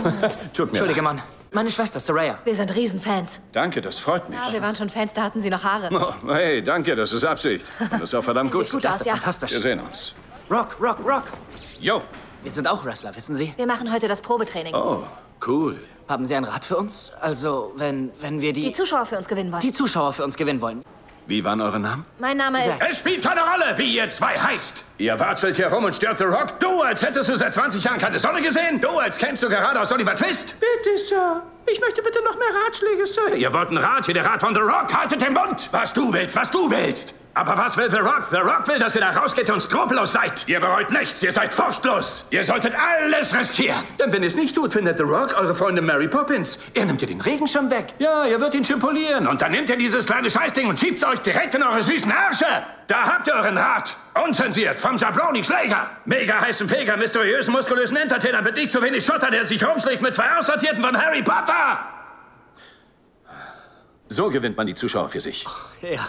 Tut mir Entschuldige, leid. Mann. Meine Schwester, Soraya. Wir sind Riesenfans. Danke, das freut mich. Ja, wir waren schon Fans, da hatten Sie noch Haare. Oh, hey, danke, das ist Absicht. Und das ist auch verdammt gut. Sieht gut Das aus, ist ja. fantastisch. Wir sehen uns. Rock. Jo. Wir sind auch Wrestler, wissen Sie? Wir machen heute das Probetraining. Oh, cool. Haben Sie einen Rat für uns? Also, wenn wir Die Zuschauer für uns gewinnen wollen. die Zuschauer für uns gewinnen wollen. Wie waren eure Namen? Mein Name ist... Es spielt keine Rolle, wie ihr zwei heißt. Ihr watschelt hier rum und stört The Rock. Du, als hättest du seit 20 Jahren keine Sonne gesehen. Du, als kämst du gerade aus Oliver Twist. Bitte, Sir. Ich möchte bitte noch mehr Ratschläge, Sir. Ihr wollt einen Rat, hier der Rat von The Rock. Haltet den Mund. Was du willst. Aber was will The Rock? The Rock will, dass ihr da rausgeht und skrupellos seid. Ihr bereut nichts, ihr seid furchtlos. Ihr solltet alles riskieren. Denn wenn ihr es nicht tut, findet The Rock eure Freundin Mary Poppins. Er nimmt ihr den Regenschirm weg. Ja, ihr wird ihn schön polieren. Und dann nimmt ihr dieses kleine Scheißding und schiebt's euch direkt in eure süßen Ärsche. Da habt ihr euren Rat. Unzensiert, vom Jabroni-Schläger. Mega heißen Feger, mysteriösen, muskulösen Entertainer mit nicht zu wenig Schotter, der sich rumschlägt mit 2 Aussortierten von Harry Potter. So gewinnt man die Zuschauer für sich. Ja.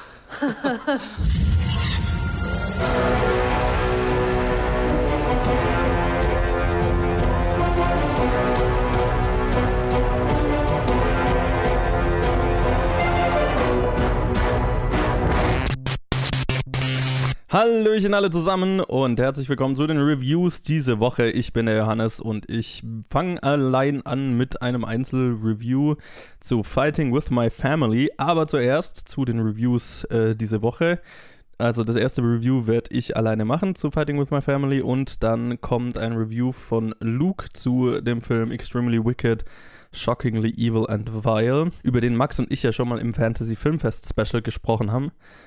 Hallöchen alle zusammen und herzlich willkommen zu den Reviews diese Woche. Ich bin der Johannes und ich fange allein an mit einem Einzelreview zu Fighting with My Family. Aber zuerst zu den Reviews diese Woche. Also das erste Review werde ich alleine machen zu Fighting with My Family und dann kommt ein Review von Luke zu dem Film Extremely Wicked, Shockingly Evil and Vile, über den Max und ich ja schon mal im Fantasy Filmfest Special gesprochen haben.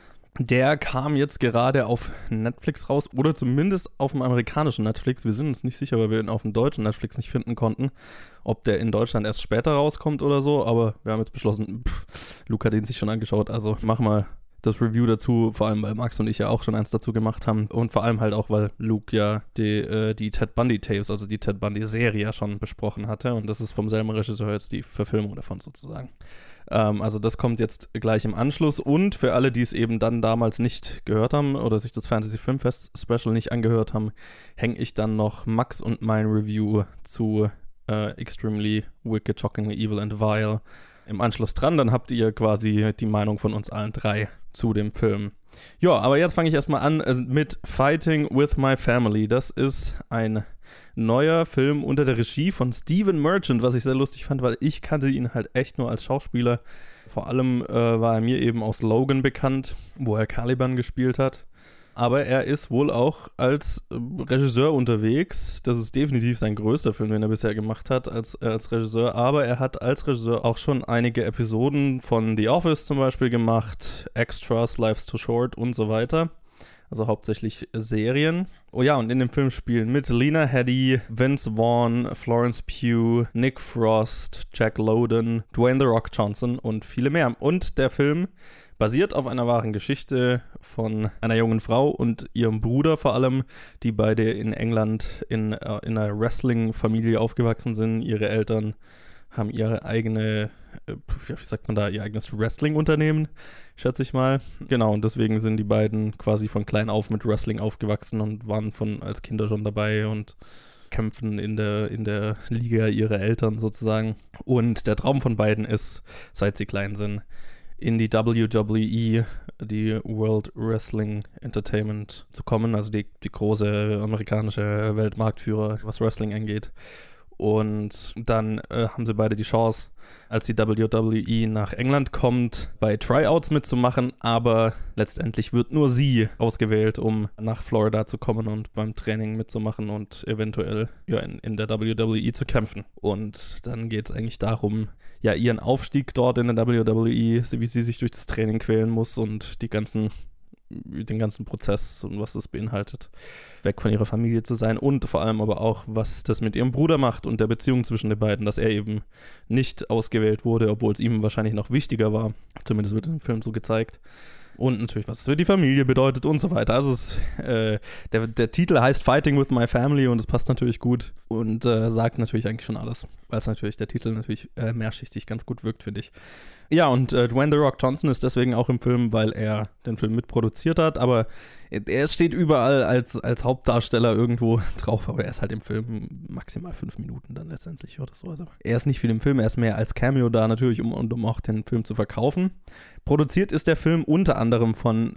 Der kam jetzt gerade auf Netflix raus oder zumindest auf dem amerikanischen Netflix. Wir sind uns nicht sicher, weil wir ihn auf dem deutschen Netflix nicht finden konnten, ob der in Deutschland erst später rauskommt oder so. Aber wir haben jetzt beschlossen, Luke hat ihn sich schon angeschaut, also mach mal das Review dazu, vor allem weil Max und ich ja auch schon eins dazu gemacht haben und vor allem halt auch, weil Luke ja die Ted Bundy Tapes, also die Ted Bundy Serie ja schon besprochen hatte und das ist vom selben Regisseur jetzt die Verfilmung davon sozusagen. Also das kommt jetzt gleich im Anschluss und für alle, die es eben dann damals nicht gehört haben oder sich das Fantasy Filmfest Special nicht angehört haben, hänge ich dann noch Max und mein Review zu Extremely Wicked, Shockingly Evil and Vile im Anschluss dran. Dann habt ihr quasi die Meinung von uns allen drei zu dem Film. Ja, aber jetzt fange ich erstmal an mit Fighting with My Family. Das ist ein neuer Film unter der Regie von Stephen Merchant, was ich sehr lustig fand, weil ich kannte ihn halt echt nur als Schauspieler. Vor allem war er mir eben aus Logan bekannt, wo er Caliban gespielt hat. Aber er ist wohl auch als Regisseur unterwegs. Das ist definitiv sein größter Film, den er bisher gemacht hat als Regisseur. Aber er hat als Regisseur auch schon einige Episoden von The Office zum Beispiel gemacht, Extras, Life's Too Short und so weiter. Also hauptsächlich Serien. Oh ja, und in dem Film spielen mit Lena Headey, Vince Vaughn, Florence Pugh, Nick Frost, Jack Lowden, Dwayne The Rock Johnson und viele mehr. Und der Film basiert auf einer wahren Geschichte von einer jungen Frau und ihrem Bruder vor allem, die beide in England in einer Wrestling-Familie aufgewachsen sind. Ihre Eltern haben ihre eigene, wie sagt man da, ihr eigenes Wrestling-Unternehmen, schätze ich mal. Genau, und deswegen sind die beiden quasi von klein auf mit Wrestling aufgewachsen und waren als Kinder schon dabei und kämpfen in der Liga ihrer Eltern sozusagen. Und der Traum von beiden ist, seit sie klein sind, in die WWE, die World Wrestling Entertainment, zu kommen, also die große amerikanische Weltmarktführer, was Wrestling angeht. Und dann haben sie beide die Chance, als die WWE nach England kommt, bei Tryouts mitzumachen, aber letztendlich wird nur sie ausgewählt, um nach Florida zu kommen und beim Training mitzumachen und eventuell ja, in der WWE zu kämpfen. Und dann geht es eigentlich darum, ja, ihren Aufstieg dort in der WWE, wie sie sich durch das Training quälen muss und den ganzen Prozess und was das beinhaltet, weg von ihrer Familie zu sein und vor allem aber auch, was das mit ihrem Bruder macht und der Beziehung zwischen den beiden, dass er eben nicht ausgewählt wurde, obwohl es ihm wahrscheinlich noch wichtiger war. Zumindest wird es im Film so gezeigt. Und natürlich, was es für die Familie bedeutet und so weiter. Also der Titel heißt Fighting with My Family und es passt natürlich gut und sagt natürlich eigentlich schon alles, weil es natürlich der Titel natürlich mehrschichtig ganz gut wirkt, finde ich. Ja, und Dwayne The Rock Johnson ist deswegen auch im Film, weil er den Film mitproduziert hat, aber er steht überall als Hauptdarsteller irgendwo drauf, aber er ist halt im Film maximal 5 Minuten dann letztendlich oder so. Also er ist nicht viel im Film, er ist mehr als Cameo da natürlich, um auch den Film zu verkaufen. Produziert ist der Film unter anderem von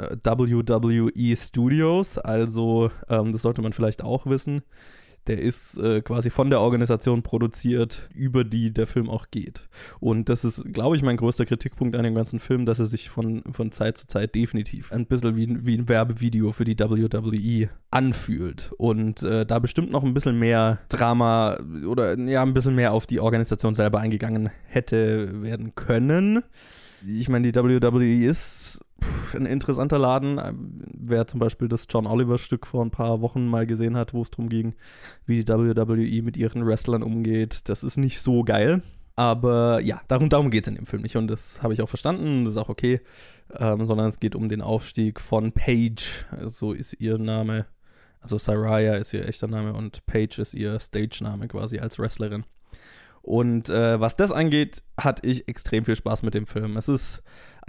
WWE Studios, also das sollte man vielleicht auch wissen. Der ist quasi von der Organisation produziert, über die der Film auch geht. Und das ist, glaube ich, mein größter Kritikpunkt an dem ganzen Film, dass er sich von Zeit zu Zeit definitiv ein bisschen wie ein Werbevideo für die WWE anfühlt. Und da bestimmt noch ein bisschen mehr Drama oder ja, ein bisschen mehr auf die Organisation selber eingegangen hätte werden können. Ich meine, die WWE ist ein interessanter Laden. Wer zum Beispiel das John Oliver-Stück vor ein paar Wochen mal gesehen hat, wo es darum ging, wie die WWE mit ihren Wrestlern umgeht, das ist nicht so geil. Aber ja, darum geht es in dem Film nicht und das habe ich auch verstanden, das ist auch okay. Sondern es geht um den Aufstieg von Paige, so ist ihr Name. Also Saraya ist ihr echter Name und Paige ist ihr Stage-Name quasi als Wrestlerin. Und was das angeht, hatte ich extrem viel Spaß mit dem Film. Es ist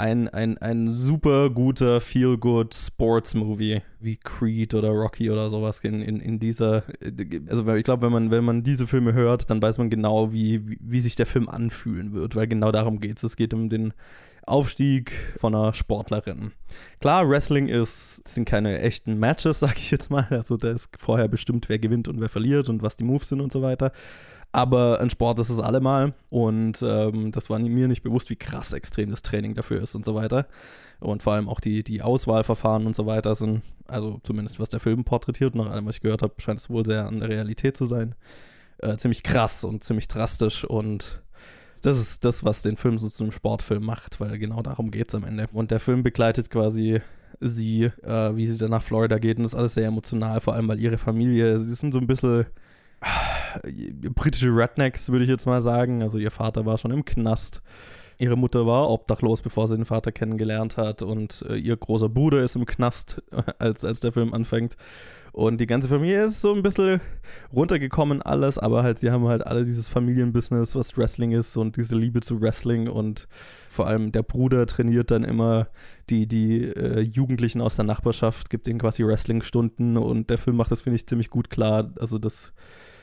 ein super guter Feel-Good-Sports-Movie wie Creed oder Rocky oder sowas in dieser, also ich glaube, wenn man diese Filme hört, dann weiß man genau, wie sich der Film anfühlen wird, weil genau darum geht es. Es geht um den Aufstieg von einer Sportlerin. Klar, Wrestling sind keine echten Matches, sag ich jetzt mal. Also da ist vorher bestimmt, wer gewinnt und wer verliert und was die Moves sind und so weiter. Aber ein Sport ist es allemal und das war mir nicht bewusst, wie krass extrem das Training dafür ist und so weiter. Und vor allem auch die Auswahlverfahren und so weiter sind, also zumindest was der Film porträtiert, nach allem, was ich gehört habe, scheint es wohl sehr an der Realität zu sein. Ziemlich krass und ziemlich drastisch und das ist das, was den Film so zu einem Sportfilm macht, weil genau darum geht es am Ende. Und der Film begleitet quasi sie, wie sie dann nach Florida geht und das ist alles sehr emotional, vor allem weil ihre Familie, sie sind so ein bisschen britische Rednecks, würde ich jetzt mal sagen. Also ihr Vater war schon im Knast. Ihre Mutter war obdachlos, bevor sie den Vater kennengelernt hat. Und ihr großer Bruder ist im Knast, als der Film anfängt. Und die ganze Familie ist so ein bisschen runtergekommen alles, aber halt, sie haben halt alle dieses Familienbusiness, was Wrestling ist und diese Liebe zu Wrestling und vor allem der Bruder trainiert dann immer die Jugendlichen aus der Nachbarschaft, gibt ihnen quasi Wrestling-Stunden und der Film macht das, finde ich, ziemlich gut klar. Also das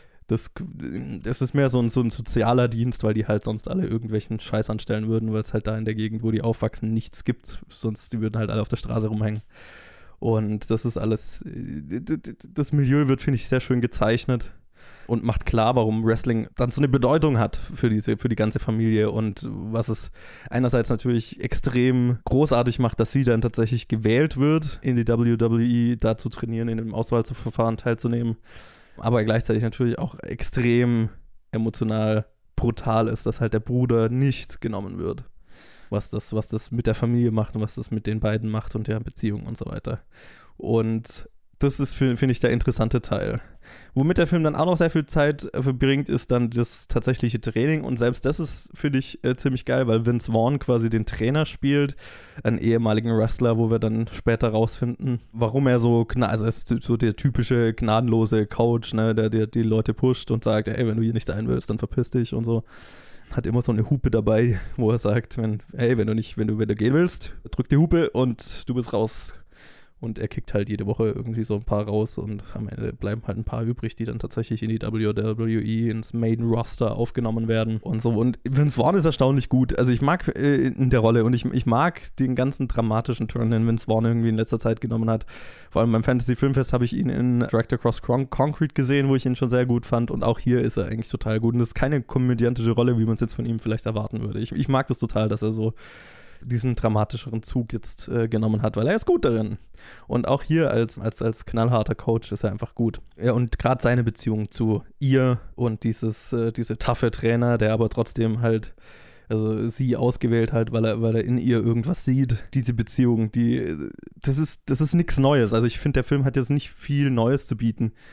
ist mehr so ein sozialer Dienst, weil die halt sonst alle irgendwelchen Scheiß anstellen würden, weil es halt da in der Gegend, wo die aufwachsen, nichts gibt. Sonst die würden halt alle auf der Straße rumhängen. Und das ist alles, das Milieu wird, finde ich, sehr schön gezeichnet und macht klar, warum Wrestling dann so eine Bedeutung hat für die ganze Familie und was es einerseits natürlich extrem großartig macht, dass sie dann tatsächlich gewählt wird, in die WWE da zu trainieren, in dem Auswahlverfahren teilzunehmen. Aber gleichzeitig natürlich auch extrem emotional brutal ist, dass halt der Bruder nicht genommen wird. Was das mit der Familie macht und was das mit den beiden macht und deren Beziehung und so weiter. Und das ist, finde ich, der interessante Teil. Womit der Film dann auch noch sehr viel Zeit verbringt, ist dann das tatsächliche Training. Und selbst das ist, finde ich, ziemlich geil, weil Vince Vaughn quasi den Trainer spielt, einen ehemaligen Wrestler, wo wir dann später rausfinden, warum er so, also er ist so der typische gnadenlose Coach, ne, der die Leute pusht und sagt, ey, wenn du hier nicht sein willst, dann verpiss dich und so. Hat immer so eine Hupe dabei, wo er sagt, wenn du gehen willst, drück die Hupe und du bist raus. Und er kickt halt jede Woche irgendwie so ein paar raus und am Ende bleiben halt ein paar übrig, die dann tatsächlich in die WWE, ins Main-Roster aufgenommen werden und so. Und Vince Vaughn ist erstaunlich gut. Also ich mag in der Rolle und ich mag den ganzen dramatischen Turn, den Vince Vaughn irgendwie in letzter Zeit genommen hat. Vor allem beim Fantasy-Filmfest habe ich ihn in Director Cross Concrete gesehen, wo ich ihn schon sehr gut fand. Und auch hier ist er eigentlich total gut. Und das ist keine komödiantische Rolle, wie man es jetzt von ihm vielleicht erwarten würde. Ich mag das total, dass er so diesen dramatischeren Zug jetzt genommen hat, weil er ist gut darin. Und auch hier als knallharter Coach ist er einfach gut. Ja, und gerade seine Beziehung zu ihr und diese taffe Trainer, der aber trotzdem halt, also sie ausgewählt halt, weil er in ihr irgendwas sieht. Diese Beziehung, das ist nichts Neues. Also ich finde, der Film hat jetzt nicht viel Neues zu bieten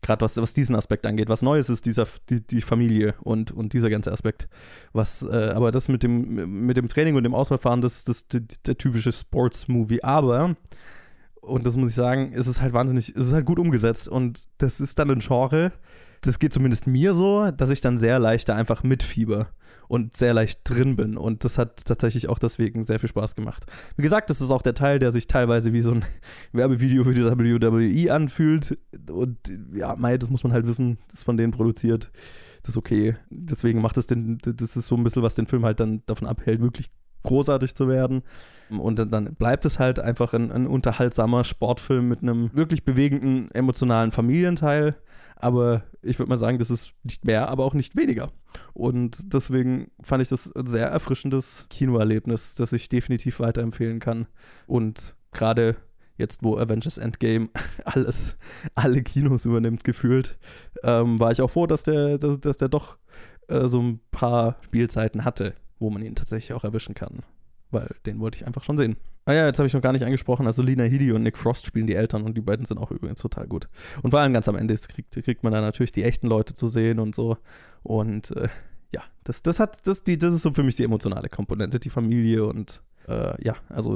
Gerade was diesen Aspekt angeht. Was Neues ist die Familie und dieser ganze Aspekt. Aber das mit dem Training und dem Auswahlfahren, das ist der typische Sports-Movie. Aber, und das muss ich sagen, es ist halt gut umgesetzt. Und das ist dann ein Genre, das geht zumindest mir so, dass ich dann sehr leicht da einfach mitfieber und sehr leicht drin bin. Und das hat tatsächlich auch deswegen sehr viel Spaß gemacht. Wie gesagt, das ist auch der Teil, der sich teilweise wie so ein Werbevideo für die WWE anfühlt. Und ja, das muss man halt wissen, das ist von denen produziert. Das ist okay. Deswegen das ist so ein bisschen, was den Film halt dann davon abhält, wirklich großartig zu werden. Und dann bleibt es halt einfach ein unterhaltsamer Sportfilm mit einem wirklich bewegenden, emotionalen Familienteil. Aber ich würde mal sagen, das ist nicht mehr, aber auch nicht weniger. Und deswegen fand ich das ein sehr erfrischendes Kinoerlebnis, das ich definitiv weiterempfehlen kann. Und gerade jetzt, wo Avengers Endgame alle Kinos übernimmt, gefühlt, war ich auch froh, dass der doch so ein paar Spielzeiten hatte, wo man ihn tatsächlich auch erwischen kann. Weil den wollte ich einfach schon sehen. Ah ja, jetzt habe ich noch gar nicht angesprochen, also Lena Headey und Nick Frost spielen die Eltern und die beiden sind auch übrigens total gut. Und vor allem ganz am Ende kriegt man dann natürlich die echten Leute zu sehen und so. Und ja, das ist so für mich die emotionale Komponente, die Familie und ja.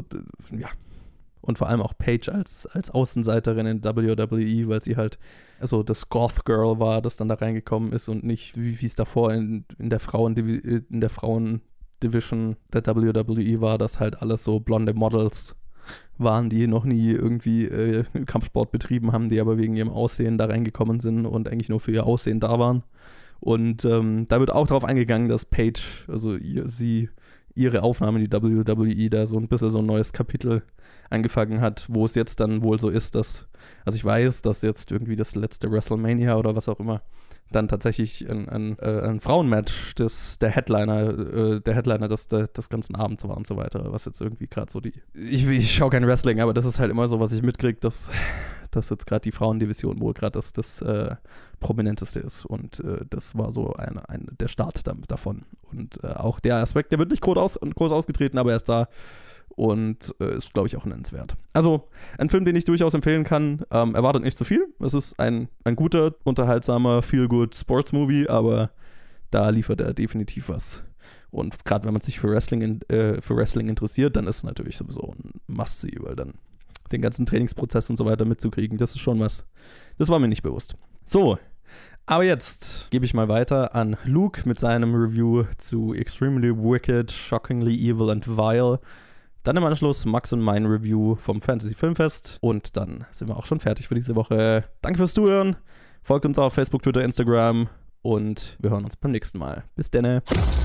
Und vor allem auch Paige als Außenseiterin in WWE, weil sie halt also das Goth Girl war, das dann da reingekommen ist und nicht, wie es davor in der Frauendivision der WWE war, dass halt alles so blonde Models waren, die noch nie irgendwie Kampfsport betrieben haben, die aber wegen ihrem Aussehen da reingekommen sind und eigentlich nur für ihr Aussehen da waren. Und da wird auch darauf eingegangen, dass Paige, also ihre Aufnahme in die WWE da so ein bisschen so ein neues Kapitel angefangen hat, wo es jetzt dann wohl so ist, dass, also ich weiß, dass jetzt irgendwie das letzte WrestleMania oder was auch immer dann tatsächlich ein Frauenmatch der Headliner des ganzen Abends war und so weiter, was jetzt irgendwie gerade so ich schaue kein Wrestling, aber das ist halt immer so, was ich mitkriege, dass jetzt gerade die Frauendivision wohl gerade das prominenteste ist und das war so der Start davon und auch der Aspekt, der wird nicht groß ausgetreten, aber er ist da und ist, glaube ich, auch nennenswert. Also ein Film, den ich durchaus empfehlen kann. Erwartet nicht zu viel. Es ist ein guter, unterhaltsamer, feel-good-Sports-Movie, aber da liefert er definitiv was. Und gerade wenn man sich für Wrestling interessiert, dann ist es natürlich sowieso ein Must-See, weil dann den ganzen Trainingsprozess und so weiter mitzukriegen, das ist schon was. Das war mir nicht bewusst. So, aber jetzt gebe ich mal weiter an Luke mit seinem Review zu Extremely Wicked, Shockingly Evil and Vile. Dann im Anschluss Max und mein Review vom Fantasy Filmfest. Und dann sind wir auch schon fertig für diese Woche. Danke fürs Zuhören. Folgt uns auf Facebook, Twitter, Instagram. Und wir hören uns beim nächsten Mal. Bis denne.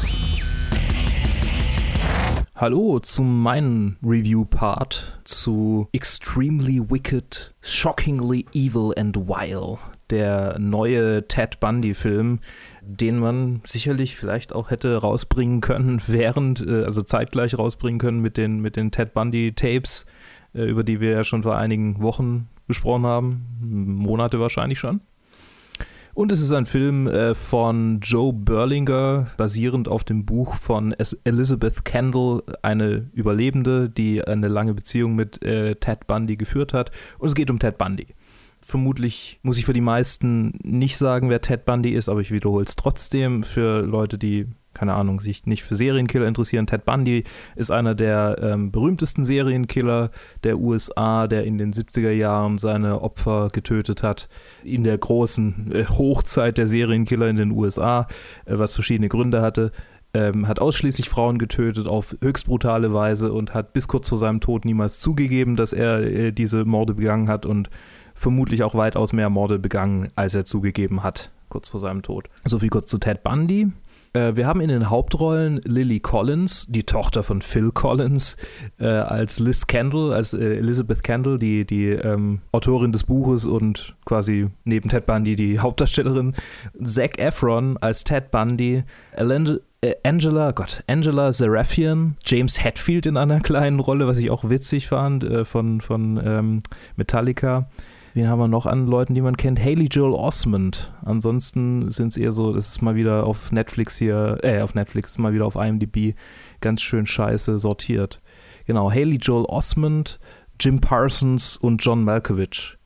Hallo zu meinem Review-Part zu Extremely Wicked, Shockingly Evil and Vile. Der neue Ted Bundy-Film, den man sicherlich vielleicht auch hätte rausbringen können, also zeitgleich rausbringen können mit den Ted Bundy-Tapes, über die wir ja schon vor einigen Wochen gesprochen haben, Monate wahrscheinlich schon. Und es ist ein Film von Joe Berlinger, basierend auf dem Buch von Elizabeth Kendall, eine Überlebende, die eine lange Beziehung mit Ted Bundy geführt hat. Und es geht um Ted Bundy. Vermutlich muss ich für die meisten nicht sagen, wer Ted Bundy ist, aber ich wiederhole es trotzdem für Leute, die, keine Ahnung, sich nicht für Serienkiller interessieren. Ted Bundy ist einer der berühmtesten Serienkiller der USA, der in den 70er Jahren seine Opfer getötet hat. In der großen Hochzeit der Serienkiller in den USA, was verschiedene Gründe hatte. Hat ausschließlich Frauen getötet auf höchst brutale Weise und hat bis kurz vor seinem Tod niemals zugegeben, dass er diese Morde begangen hat und vermutlich auch weitaus mehr Morde begangen, als er zugegeben hat, kurz vor seinem Tod. So viel kurz zu Ted Bundy. Wir haben in den Hauptrollen Lily Collins, die Tochter von Phil Collins, als Liz Kendall, als Elizabeth Kendall, die Autorin des Buches und quasi neben Ted Bundy die Hauptdarstellerin. Zac Efron als Ted Bundy, Angela Serafian, James Hetfield in einer kleinen Rolle, was ich auch witzig fand, von Metallica. Wen haben wir noch an Leuten, die man kennt? Haley Joel Osment. Ansonsten sind es eher so, das ist mal wieder auf Netflix, mal wieder auf IMDb ganz schön scheiße sortiert. Genau, Haley Joel Osment, Jim Parsons und John Malkovich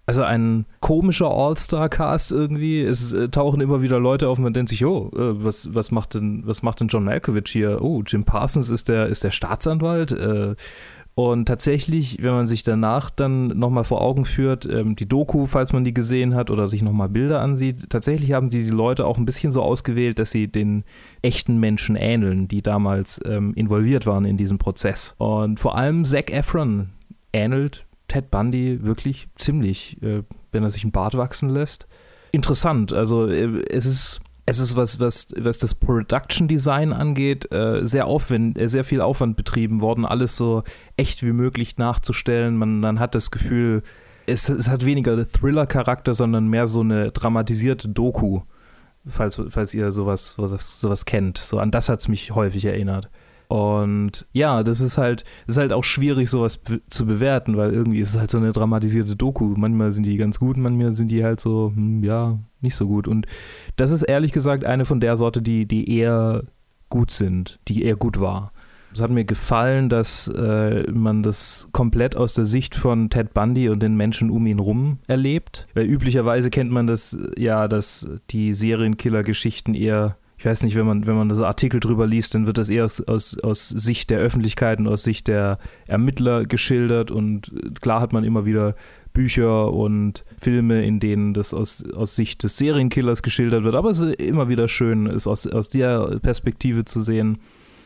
Also ein komischer All-Star-Cast irgendwie. Es tauchen immer wieder Leute auf und man denkt sich, was macht denn John Malkovich hier? Oh, Jim Parsons ist der Staatsanwalt. Und tatsächlich, wenn man sich danach dann nochmal vor Augen führt, die Doku, falls man die gesehen hat oder sich nochmal Bilder ansieht, tatsächlich haben sie die Leute auch ein bisschen so ausgewählt, dass sie den echten Menschen ähneln, die damals involviert waren in diesem Prozess. Und vor allem Zac Efron ähnelt Ted Bundy wirklich ziemlich, wenn er sich einen Bart wachsen lässt. Interessant, also es ist was das Production Design angeht, sehr viel Aufwand betrieben worden, alles so echt wie möglich nachzustellen. Man hat das Gefühl, es hat weniger Thriller-Charakter, sondern mehr so eine dramatisierte Doku, falls ihr sowas kennt. So an das hat es mich häufig erinnert. Und ja, das ist halt auch schwierig, sowas zu bewerten, weil irgendwie ist es halt so eine dramatisierte Doku. Manchmal sind die ganz gut, manchmal sind die halt so, nicht so gut. Und das ist ehrlich gesagt eine von der Sorte, die eher gut sind, die eher gut war. Es hat mir gefallen, dass man das komplett aus der Sicht von Ted Bundy und den Menschen um ihn rum erlebt. Weil üblicherweise kennt man das ja, dass die Serienkiller-Geschichten eher, ich weiß nicht, wenn man so Artikel drüber liest, dann wird das eher aus Sicht der Öffentlichkeit und aus Sicht der Ermittler geschildert und klar hat man immer wieder Bücher und Filme, in denen das aus Sicht des Serienkillers geschildert wird, aber es ist immer wieder schön, es aus der Perspektive zu sehen.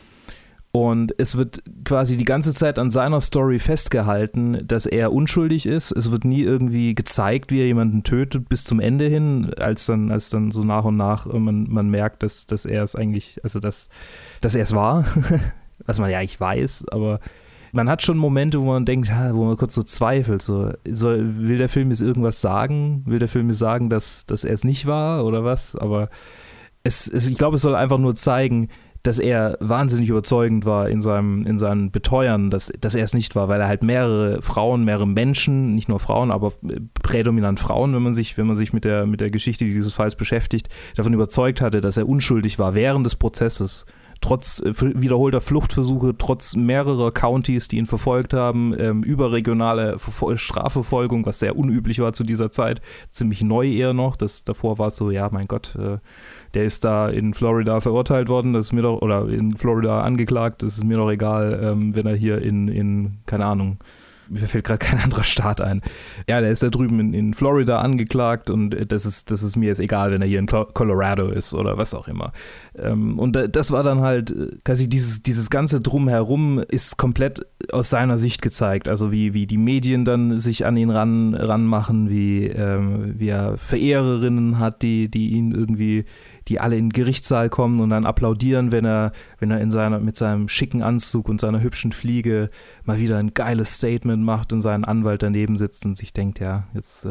Und es wird quasi die ganze Zeit an seiner Story festgehalten, dass er unschuldig ist. Es wird nie irgendwie gezeigt, wie er jemanden tötet bis zum Ende hin, als dann so nach und nach man merkt, dass er es eigentlich, also dass er es war, was man ja nicht weiß, aber man hat schon Momente, wo man denkt, wo man kurz so zweifelt, will der Film jetzt irgendwas sagen? Will der Film jetzt sagen, dass er es nicht war oder was? Aber ich glaube, es soll einfach nur zeigen, dass er wahnsinnig überzeugend war in seinem Beteuern, dass er es nicht war, weil er halt mehrere Menschen, nicht nur Frauen, aber prädominant Frauen, wenn man sich mit der Geschichte dieses Falls beschäftigt, davon überzeugt hatte, dass er unschuldig war während des Prozesses. Trotz wiederholter Fluchtversuche, trotz mehrerer Countys, die ihn verfolgt haben, überregionale Strafverfolgung, was sehr unüblich war zu dieser Zeit, ziemlich neu eher noch. Davor war es so, ja, mein Gott, der ist da in Florida verurteilt worden, oder in Florida angeklagt, das ist mir doch egal, wenn er hier in keine Ahnung, mir fällt gerade kein anderer Staat ein. Ja, der ist da drüben in Florida angeklagt und das ist mir jetzt egal, wenn er hier in Colorado ist oder was auch immer. Und das war dann halt quasi dieses ganze Drumherum ist komplett aus seiner Sicht gezeigt. Also wie die Medien dann sich an ihn ranmachen, wie er Verehrerinnen hat, die ihn irgendwie, die alle in den Gerichtssaal kommen und dann applaudieren, wenn er mit seinem schicken Anzug und seiner hübschen Fliege mal wieder ein geiles Statement macht und sein Anwalt daneben sitzt und sich denkt, ja, jetzt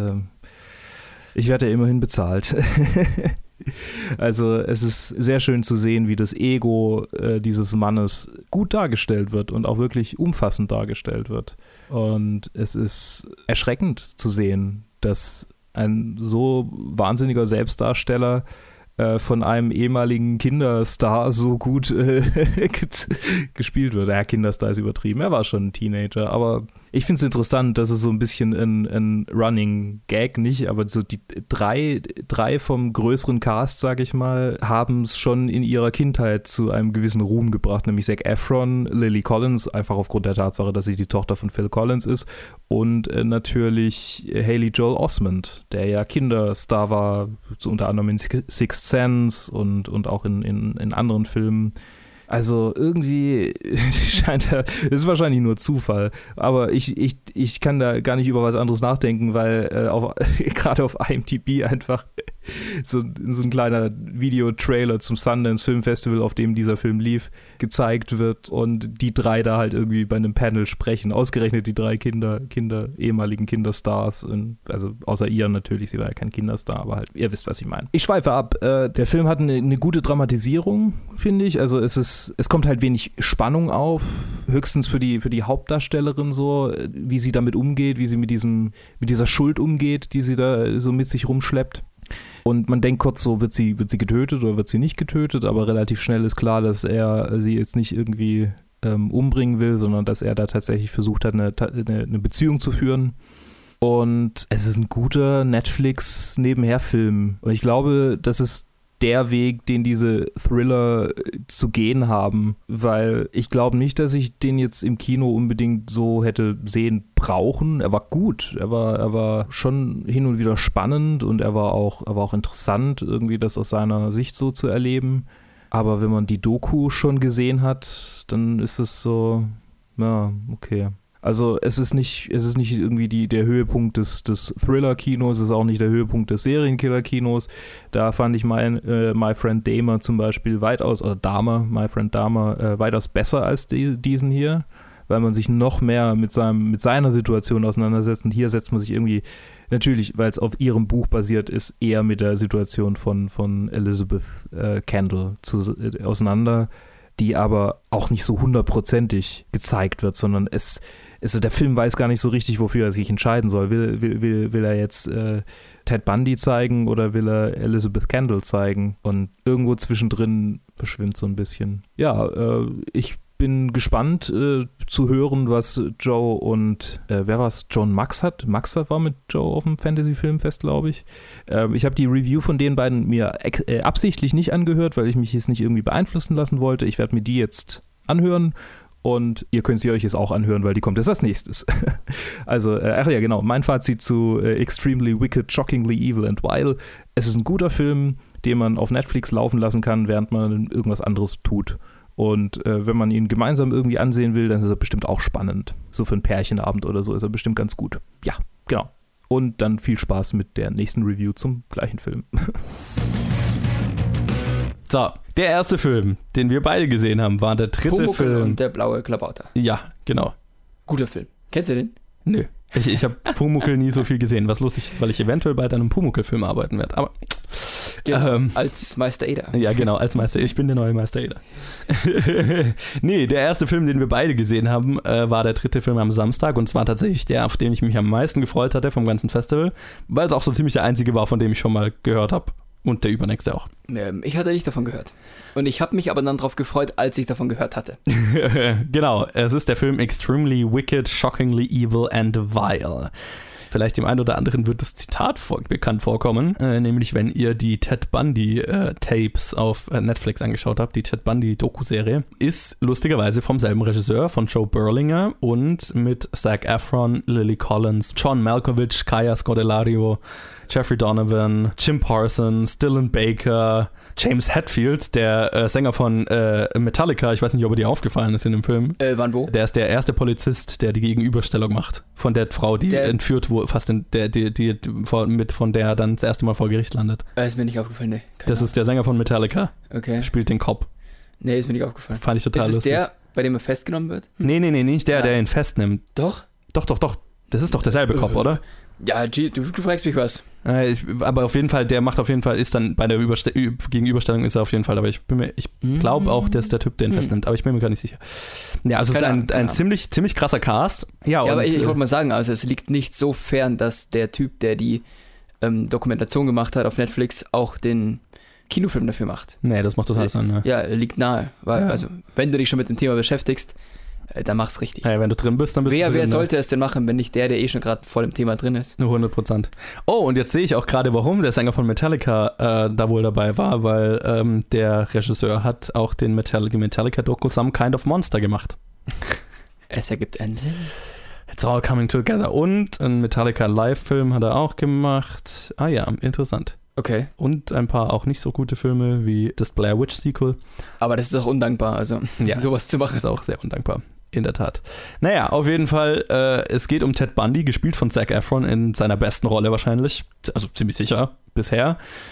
ich werde ja immerhin bezahlt. Also es ist sehr schön zu sehen, wie das Ego dieses Mannes gut dargestellt wird und auch wirklich umfassend dargestellt wird. Und es ist erschreckend zu sehen, dass ein so wahnsinniger Selbstdarsteller von einem ehemaligen Kinderstar so gut gespielt wird. Ja, Kinderstar ist übertrieben, er war schon ein Teenager, aber ich finde es interessant, dass es so ein bisschen ein Running Gag nicht, aber so die drei vom größeren Cast, sag ich mal, haben es schon in ihrer Kindheit zu einem gewissen Ruhm gebracht, nämlich Zac Efron, Lily Collins, einfach aufgrund der Tatsache, dass sie die Tochter von Phil Collins ist und natürlich Haley Joel Osment, der ja Kinderstar war, so unter anderem in Sixth Sense und auch in anderen Filmen. Also irgendwie scheint er, das ist wahrscheinlich nur Zufall, aber ich kann da gar nicht über was anderes nachdenken, weil gerade auf IMDb einfach so ein kleiner Videotrailer zum Sundance Film Festival, auf dem dieser Film lief, gezeigt wird und die drei da halt irgendwie bei einem Panel sprechen. Ausgerechnet die drei ehemaligen Kinderstars, also außer ihr natürlich, sie war ja kein Kinderstar, aber halt, ihr wisst, was ich meine. Ich schweife ab. Der Film hat eine gute Dramatisierung, finde ich. Also es kommt halt wenig Spannung auf, höchstens für die Hauptdarstellerin so, wie sie damit umgeht, wie sie mit dieser Schuld umgeht, die sie da so mit sich rumschleppt. Und man denkt kurz so, wird sie getötet oder wird sie nicht getötet, aber relativ schnell ist klar, dass er sie jetzt nicht irgendwie umbringen will, sondern dass er da tatsächlich versucht hat, eine Beziehung zu führen. Und es ist ein guter Netflix-Nebenher-Film. Und ich glaube, das ist der Weg, den diese Thriller zu gehen haben, weil ich glaube nicht, dass ich den jetzt im Kino unbedingt so hätte sehen brauchen. Er war gut, er war schon hin und wieder spannend und er war auch interessant, irgendwie das aus seiner Sicht so zu erleben. Aber wenn man die Doku schon gesehen hat, dann ist es so, ja, okay. Also es ist nicht irgendwie der Höhepunkt des Thriller-Kinos, es ist auch nicht der Höhepunkt des Serienkiller-Kinos. Da fand ich My Friend Dahmer zum Beispiel weitaus besser als diesen hier, weil man sich noch mehr mit seiner Situation auseinandersetzt. Und hier setzt man sich irgendwie, natürlich, weil es auf ihrem Buch basiert ist, eher mit der Situation von Elizabeth Kendall auseinander, die aber auch nicht so hundertprozentig gezeigt wird, sondern der Film weiß gar nicht so richtig, wofür er sich entscheiden soll. Will er jetzt Ted Bundy zeigen oder will er Elizabeth Kendall zeigen? Und irgendwo zwischendrin verschwimmt so ein bisschen. Ja, ich bin gespannt zu hören, was Joe und wer war es? John Max hat. Max war mit Joe auf dem Fantasy-Filmfest, glaube ich. Ich habe die Review von den beiden mir absichtlich nicht angehört, weil ich mich jetzt nicht irgendwie beeinflussen lassen wollte. Ich werde mir die jetzt anhören. Und ihr könnt sie euch jetzt auch anhören, weil die kommt jetzt als nächstes. Also, genau, mein Fazit zu Extremely Wicked, Shockingly Evil and Wild. Es ist ein guter Film, den man auf Netflix laufen lassen kann, während man irgendwas anderes tut. Und wenn man ihn gemeinsam irgendwie ansehen will, dann ist er bestimmt auch spannend. So für einen Pärchenabend oder so ist er bestimmt ganz gut. Ja, genau. Und dann viel Spaß mit der nächsten Review zum gleichen Film. So, der erste Film, den wir beide gesehen haben, war der dritte Pumuckl Film. Und der blaue Klabauter. Ja, genau. Guter Film. Kennst du den? Nö. Ich habe Pumuckl nie so viel gesehen, was lustig ist, weil ich eventuell bald an einem Pumuckl-Film arbeiten werde. Aber genau, als Meister Eder. Ja, genau, als Meister. Ich bin der neue Meister Eder. Nee, der erste Film, den wir beide gesehen haben, war der dritte Film am Samstag und zwar tatsächlich der, auf den ich mich am meisten gefreut hatte vom ganzen Festival, weil es auch so ziemlich der einzige war, von dem ich schon mal gehört habe. Und der übernächste auch. Ich hatte nicht davon gehört. Und ich habe mich aber dann drauf gefreut, als ich davon gehört hatte. Genau, es ist der Film Extremely Wicked, Shockingly Evil and Vile. Vielleicht dem einen oder anderen wird das Zitat bekannt vorkommen, nämlich wenn ihr die Ted Bundy Tapes auf Netflix angeschaut habt, die Ted Bundy Doku-Serie, ist lustigerweise vom selben Regisseur, von Joe Berlinger und mit Zac Efron, Lily Collins, John Malkovich, Kaya Scodelario, Jeffrey Donovan, Jim Parsons, Dylan Baker, James Hetfield, der Sänger von Metallica, ich weiß nicht, ob er dir aufgefallen ist in dem Film. Wann wo? Der ist der erste Polizist, der die Gegenüberstellung macht von der Frau, die entführt wurde, von der er dann das erste Mal vor Gericht landet. Ist mir nicht aufgefallen, ne. Das ist der Sänger von Metallica. Okay. Spielt den Cop. Nee, ist mir nicht aufgefallen. Fand ich total lustig. Ist es der, bei dem er festgenommen wird? Nee, nicht der ihn festnimmt. Doch? Doch. Das ist doch derselbe Cop, oder? Ja, du fragst mich was. Aber auf jeden Fall, ist dann bei der Gegenüberstellung ist er auf jeden Fall, aber ich glaube auch, dass der Typ den festnimmt, aber ich bin mir gar nicht sicher. Ja, also es ist ein ziemlich ziemlich krasser Cast. Ja, aber ich wollte mal sagen, also es liegt nicht so fern, dass der Typ, der die Dokumentation gemacht hat auf Netflix, auch den Kinofilm dafür macht. Nee, das macht total Sinn. Ja, liegt nahe, weil also wenn du dich schon mit dem Thema beschäftigst, dann mach's richtig. Ja, wenn du drin bist, dann bist du drin. Wer sollte es denn machen, wenn nicht der schon gerade voll im Thema drin ist? Nur 100%. Oh, und jetzt sehe ich auch gerade, warum der Sänger von Metallica da wohl dabei war, weil der Regisseur hat auch die Metallica-Doku Some Kind of Monster gemacht. Es ergibt einen Sinn. It's all coming together. Und einen Metallica-Live-Film hat er auch gemacht. Ah ja, interessant. Okay. Und ein paar auch nicht so gute Filme wie das Blair Witch Sequel. Aber das ist auch undankbar, also sowas zu machen. Das ist auch sehr undankbar. In der Tat. Naja, auf jeden Fall, es geht um Ted Bundy, gespielt von Zac Efron in seiner besten Rolle wahrscheinlich. Also ziemlich sicher bisher.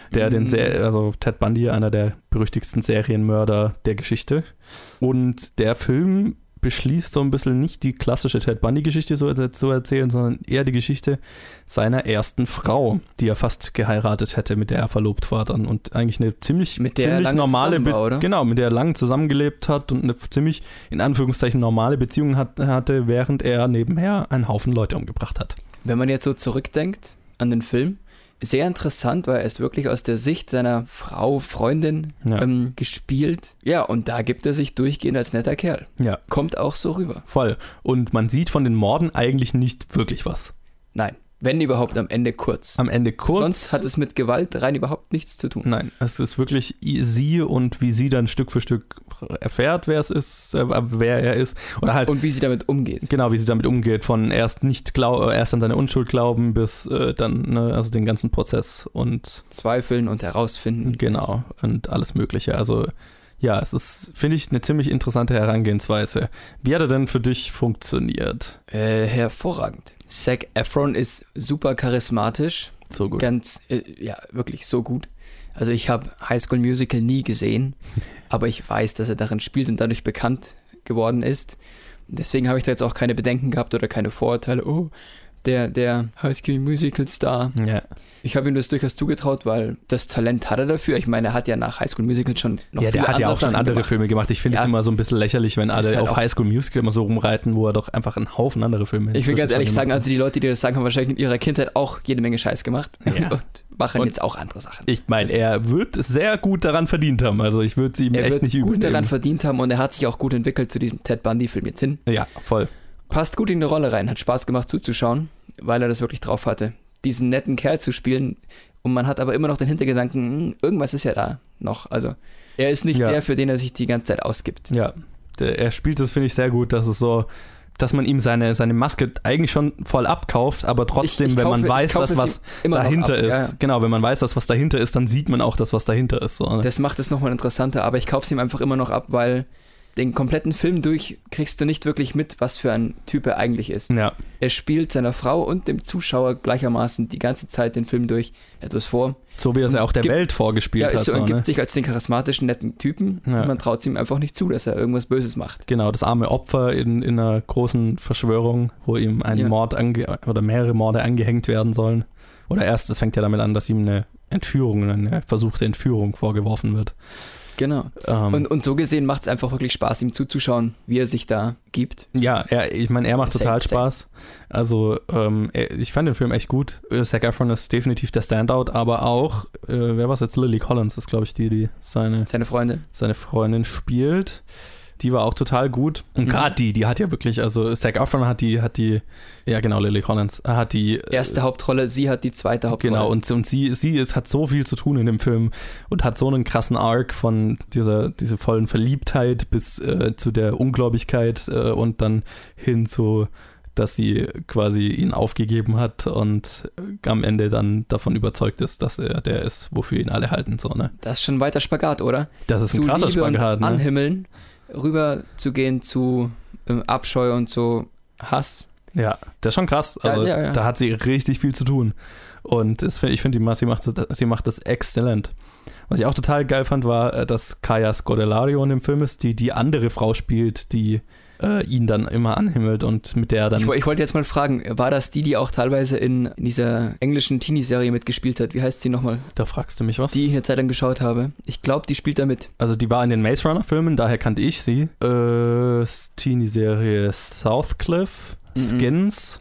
Ted Bundy, einer der berüchtigsten Serienmörder der Geschichte. Und der Film beschließt so ein bisschen nicht die klassische Ted Bundy-Geschichte so zu erzählen, sondern eher die Geschichte seiner ersten Frau, die er fast geheiratet hätte, mit der er verlobt war dann und eigentlich eine ziemlich normale mit der er lang zusammengelebt hat und eine ziemlich, in Anführungszeichen, normale Beziehung hatte, während er nebenher einen Haufen Leute umgebracht hat. Wenn man jetzt so zurückdenkt an den Film, sehr interessant, weil er ist wirklich aus der Sicht seiner Frau, Freundin gespielt. Ja, und da gibt er sich durchgehend als netter Kerl. Ja. Kommt auch so rüber. Voll. Und man sieht von den Morden eigentlich nicht wirklich was. Nein. Wenn überhaupt am Ende kurz. Am Ende kurz. Sonst hat es mit Gewalt rein überhaupt nichts zu tun. Nein, es ist wirklich sie und wie sie dann Stück für Stück erfährt, wer er ist. Oder halt, und wie sie damit umgeht. Genau, wie sie damit umgeht. Von erst an seine Unschuld glauben bis dann, ne, also den ganzen Prozess und Zweifeln und herausfinden. Genau, und alles Mögliche. Also ja, es ist, finde ich, eine ziemlich interessante Herangehensweise. Wie hat er denn für dich funktioniert? Hervorragend. Zac Efron ist super charismatisch. So gut. Ganz, wirklich so gut. Also ich habe High School Musical nie gesehen, aber ich weiß, dass er darin spielt und dadurch bekannt geworden ist. Deswegen habe ich da jetzt auch keine Bedenken gehabt oder keine Vorurteile. Oh, der High School Musical Star. Ja. Ich habe ihm das durchaus zugetraut, weil das Talent hat er dafür. Ich meine, er hat ja nach High School Musical schon noch ja, der hat ja auch schon andere Filme gemacht. Ich finde es immer so ein bisschen lächerlich, wenn alle halt auf High School Musical immer so rumreiten, wo er doch einfach einen Haufen andere Filme Ich will ganz ehrlich sagen, also die Leute, die das sagen, haben wahrscheinlich in ihrer Kindheit auch jede Menge Scheiß gemacht und machen jetzt auch andere Sachen. Ich meine, er wird sehr gut daran verdient haben. Also ich würde ihm echt nicht übel nehmen. Er wird gut daran verdient haben und er hat sich auch gut entwickelt zu diesem Ted Bundy-Film jetzt hin. Ja, voll. Passt gut in die Rolle rein, hat Spaß gemacht zuzuschauen, weil er das wirklich drauf hatte, diesen netten Kerl zu spielen. Und man hat aber immer noch den Hintergedanken, irgendwas ist ja da noch. Also er ist nicht der, für den er sich die ganze Zeit ausgibt. Ja, er spielt das, finde ich, sehr gut, dass es so, dass man ihm seine Maske eigentlich schon voll abkauft, aber trotzdem, wenn man weiß, dass was dahinter ist, ja. Genau, wenn man weiß, dass was dahinter ist, dann sieht man auch, dass was dahinter ist. So, ne? Das macht es nochmal interessanter, aber ich kaufe es ihm einfach immer noch ab, weil den kompletten Film durch kriegst du nicht wirklich mit, was für ein Typ er eigentlich ist. Ja. Er spielt seiner Frau und dem Zuschauer gleichermaßen die ganze Zeit den Film durch etwas vor. So wie er es ja auch der Welt vorgespielt hat. So, er gibt sich als den charismatischen, netten Typen und man traut es ihm einfach nicht zu, dass er irgendwas Böses macht. Genau, das arme Opfer in einer großen Verschwörung, wo ihm ein Mord oder mehrere Morde angehängt werden sollen. Oder erst, es fängt ja damit an, dass ihm eine versuchte Entführung vorgeworfen wird. Genau. Und so gesehen macht es einfach wirklich Spaß, ihm zuzuschauen, wie er sich da gibt. Ja, ich meine, er macht total Spaß. Also, ich fand den Film echt gut. Zac Efron ist definitiv der Standout, aber auch, wer war es jetzt? Lily Collins ist, glaube ich, die seine Freundin spielt. Die war auch total gut. Und gerade die hat ja wirklich, also Zac Efron hat die, ja genau, Lily Collins hat die erste Hauptrolle, sie hat die zweite Hauptrolle. Genau, und sie hat so viel zu tun in dem Film und hat so einen krassen Arc von dieser vollen Verliebtheit bis zu der Ungläubigkeit und dann hin zu, dass sie quasi ihn aufgegeben hat und am Ende dann davon überzeugt ist, dass er der ist, wofür ihn alle halten. So, ne? Das ist schon ein weiter Spagat, oder? Das ist ein krasser Spagat. Ne? Anhimmeln, rüber zu gehen zu Abscheu und zu Hass. Ja, das ist schon krass. Also da hat sie richtig viel zu tun. Und ich finde, sie macht das exzellent. Was ich auch total geil fand, war, dass Kaya Scodelario in dem Film ist, die andere Frau spielt, die ihn dann immer anhimmelt und mit der dann... Ich wollte jetzt mal fragen, war das die auch teilweise in dieser englischen Teenie-Serie mitgespielt hat? Wie heißt sie nochmal? Da fragst du mich was? Die ich eine Zeit lang geschaut habe. Ich glaube, die spielt da mit. Also die war in den Maze Runner-Filmen, daher kannte ich sie. Teenie-Serie Southcliffe, Skins.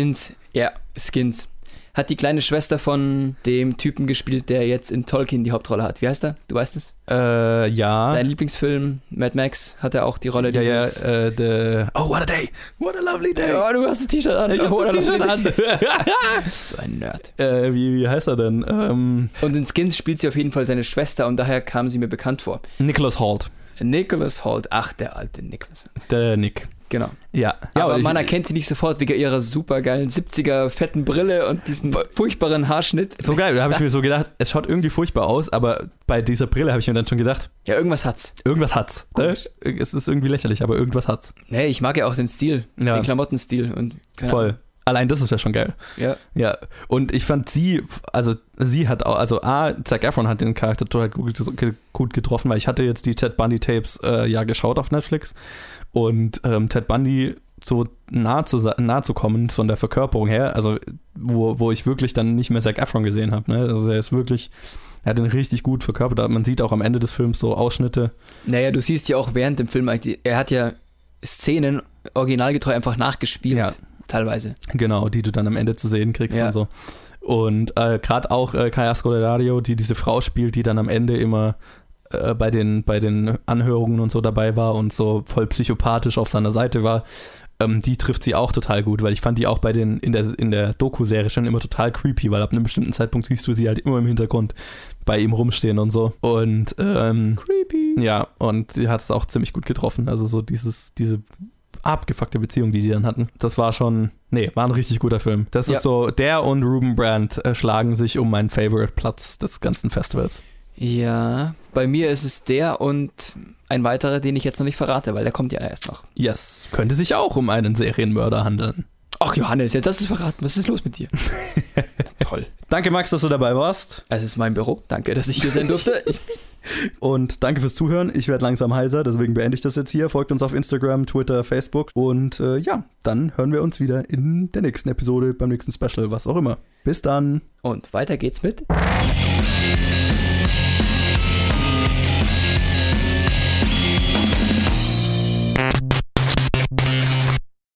Skins. Hat die kleine Schwester von dem Typen gespielt, der jetzt in Tolkien die Hauptrolle hat. Wie heißt er? Du weißt es? Ja. Dein Lieblingsfilm, Mad Max, hat er auch die Rolle dieses... Oh, what a day! What a lovely day! Oh, du hast das T-Shirt an. Ich hab das T-Shirt an. So ein Nerd. Wie heißt er denn? Und in Skins spielt sie auf jeden Fall seine Schwester und daher kam sie mir bekannt vor. Nicholas Hoult. Ach, der alte Nicholas. Der Nick. Genau. Ja. Aber man erkennt sie nicht sofort wegen ihrer supergeilen 70er fetten Brille und diesen furchtbaren Haarschnitt. So geil, da habe ich mir so gedacht, es schaut irgendwie furchtbar aus, aber bei dieser Brille habe ich mir dann schon gedacht, ja, irgendwas hat's. Es ist irgendwie lächerlich, aber irgendwas hat's. Nee, ich mag ja auch den Stil, den Klamottenstil. Und voll. Ahnung. Allein das ist ja schon geil. Ja. Und ich fand sie hat auch, Zac Efron hat den Charakter total gut getroffen, weil ich hatte jetzt die Ted Bundy Tapes geschaut auf Netflix und Ted Bundy so nah zu kommen von der Verkörperung her, also wo ich wirklich dann nicht mehr Zac Efron gesehen habe, ne? Also er hat ihn richtig gut verkörpert, man sieht auch am Ende des Films so Ausschnitte. Naja, du siehst ja auch während dem Film, er hat ja Szenen originalgetreu einfach nachgespielt. Ja. Teilweise. Genau, die du dann am Ende zu sehen kriegst und so. Und gerade auch Kaya Scodelario, die diese Frau spielt, die dann am Ende immer bei den Anhörungen und so dabei war und so voll psychopathisch auf seiner Seite war, die trifft sie auch total gut, weil ich fand die auch bei in der Doku-Serie schon immer total creepy, weil ab einem bestimmten Zeitpunkt siehst du sie halt immer im Hintergrund bei ihm rumstehen und so. Und creepy. Ja, und sie hat es auch ziemlich gut getroffen. Also so diese abgefuckte Beziehung, die dann hatten. Das war schon, war ein richtig guter Film. Das ist so, der und Ruben Brandt schlagen sich um meinen Favorite-Platz des ganzen Festivals. Ja, bei mir ist es der und ein weiterer, den ich jetzt noch nicht verrate, weil der kommt ja erst noch. Yes, könnte sich auch um einen Serienmörder handeln. Ach Johannes, jetzt hast du es verraten. Was ist los mit dir? Toll. Danke Max, dass du dabei warst. Es ist mein Büro. Danke, dass ich hier sein durfte. Und danke fürs Zuhören. Ich werde langsam heiser, deswegen beende ich das jetzt hier. Folgt uns auf Instagram, Twitter, Facebook. Und dann hören wir uns wieder in der nächsten Episode, beim nächsten Special, was auch immer. Bis dann. Und weiter geht's mit